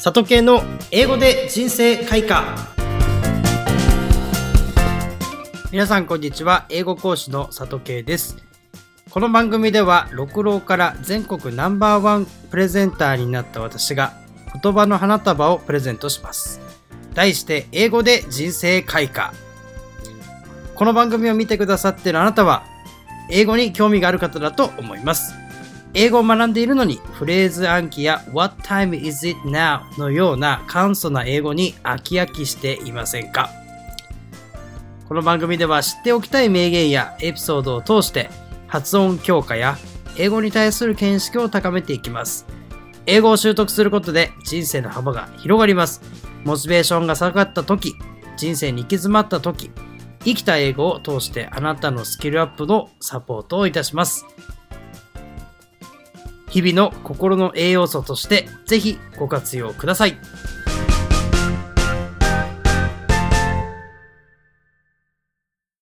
里系の英語で人生開花。皆さんこんにちは。英語講師の里系です。この番組では六郎から全国ナンバーワンプレゼンターになった私が言葉の花束をプレゼントします。題して英語で人生開花。この番組を見てくださっているあなたは英語に興味がある方だと思います。英語を学んでいるのにフレーズ暗記や What time is it now のような簡素な英語に飽きしていませんか？この番組では知っておきたい名言やエピソードを通して発音強化や英語に対する見識を高めていきます。英語を習得することで人生の幅が広がります。モチベーションが下がった時、人生に行き詰まった時、生きた英語を通してあなたのスキルアップのサポートをいたします。日々の心の栄養素としてぜひご活用ください。